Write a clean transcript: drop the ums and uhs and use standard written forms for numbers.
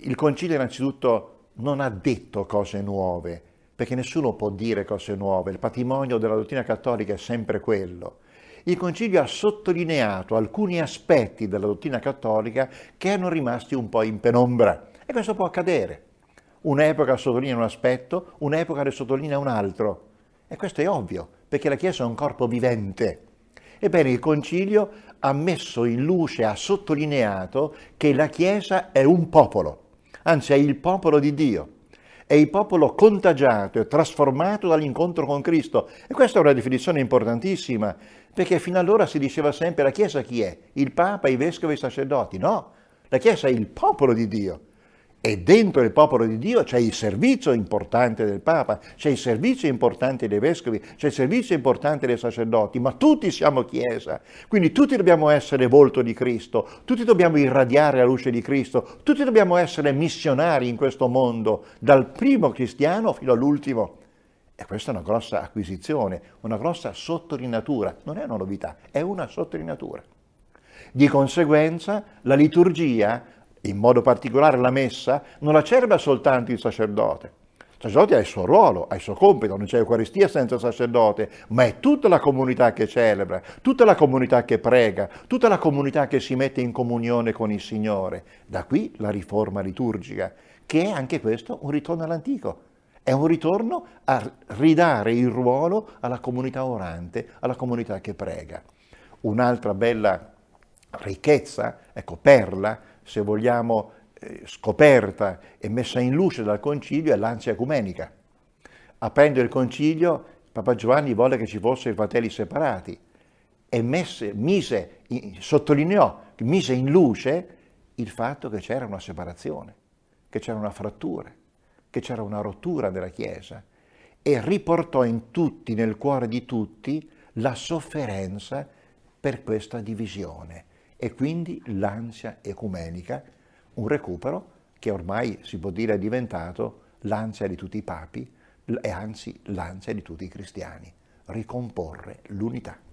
Il Concilio innanzitutto non ha detto cose nuove, perché nessuno può dire cose nuove, il patrimonio della dottrina cattolica è sempre quello. Il Concilio ha sottolineato alcuni aspetti della dottrina cattolica che erano rimasti un po' in penombra, e questo può accadere. Un'epoca sottolinea un aspetto, un'epoca ne sottolinea un altro, e questo è ovvio, perché la Chiesa è un corpo vivente. Ebbene, il Concilio ha messo in luce, ha sottolineato che la Chiesa è un popolo, anzi è il popolo di Dio, è il popolo contagiato e trasformato dall'incontro con Cristo. E questa è una definizione importantissima, perché fino allora si diceva sempre la Chiesa chi è? Il Papa, i Vescovi, i sacerdoti? No, la Chiesa è il popolo di Dio. E dentro il popolo di Dio c'è il servizio importante del Papa, c'è il servizio importante dei Vescovi, c'è il servizio importante dei sacerdoti, ma tutti siamo Chiesa, quindi tutti dobbiamo essere volto di Cristo, tutti dobbiamo irradiare la luce di Cristo, tutti dobbiamo essere missionari in questo mondo, dal primo cristiano fino all'ultimo. E questa è una grossa acquisizione, una grossa sottolineatura, non è una novità, è una sottolineatura. Di conseguenza la liturgia, in modo particolare la messa, non la celebra soltanto il sacerdote. Il sacerdote ha il suo ruolo, ha il suo compito, non c'è Eucaristia senza sacerdote, ma è tutta la comunità che celebra, tutta la comunità che prega, tutta la comunità che si mette in comunione con il Signore. Da qui la riforma liturgica, che è anche questo un ritorno all'antico. È un ritorno a ridare il ruolo alla comunità orante, alla comunità che prega. Un'altra bella ricchezza, ecco, perla, se vogliamo, scoperta e messa in luce dal Concilio, è l'ansia ecumenica. Aprendo il Concilio, Papa Giovanni volle che ci fossero i fratelli separati e sottolineò, mise in luce il fatto che c'era una separazione, che c'era una frattura, che c'era una rottura della Chiesa, e riportò in tutti, nel cuore di tutti, la sofferenza per questa divisione. E quindi l'ansia ecumenica, un recupero che ormai si può dire è diventato l'ansia di tutti i papi e anzi l'ansia di tutti i cristiani, ricomporre l'unità.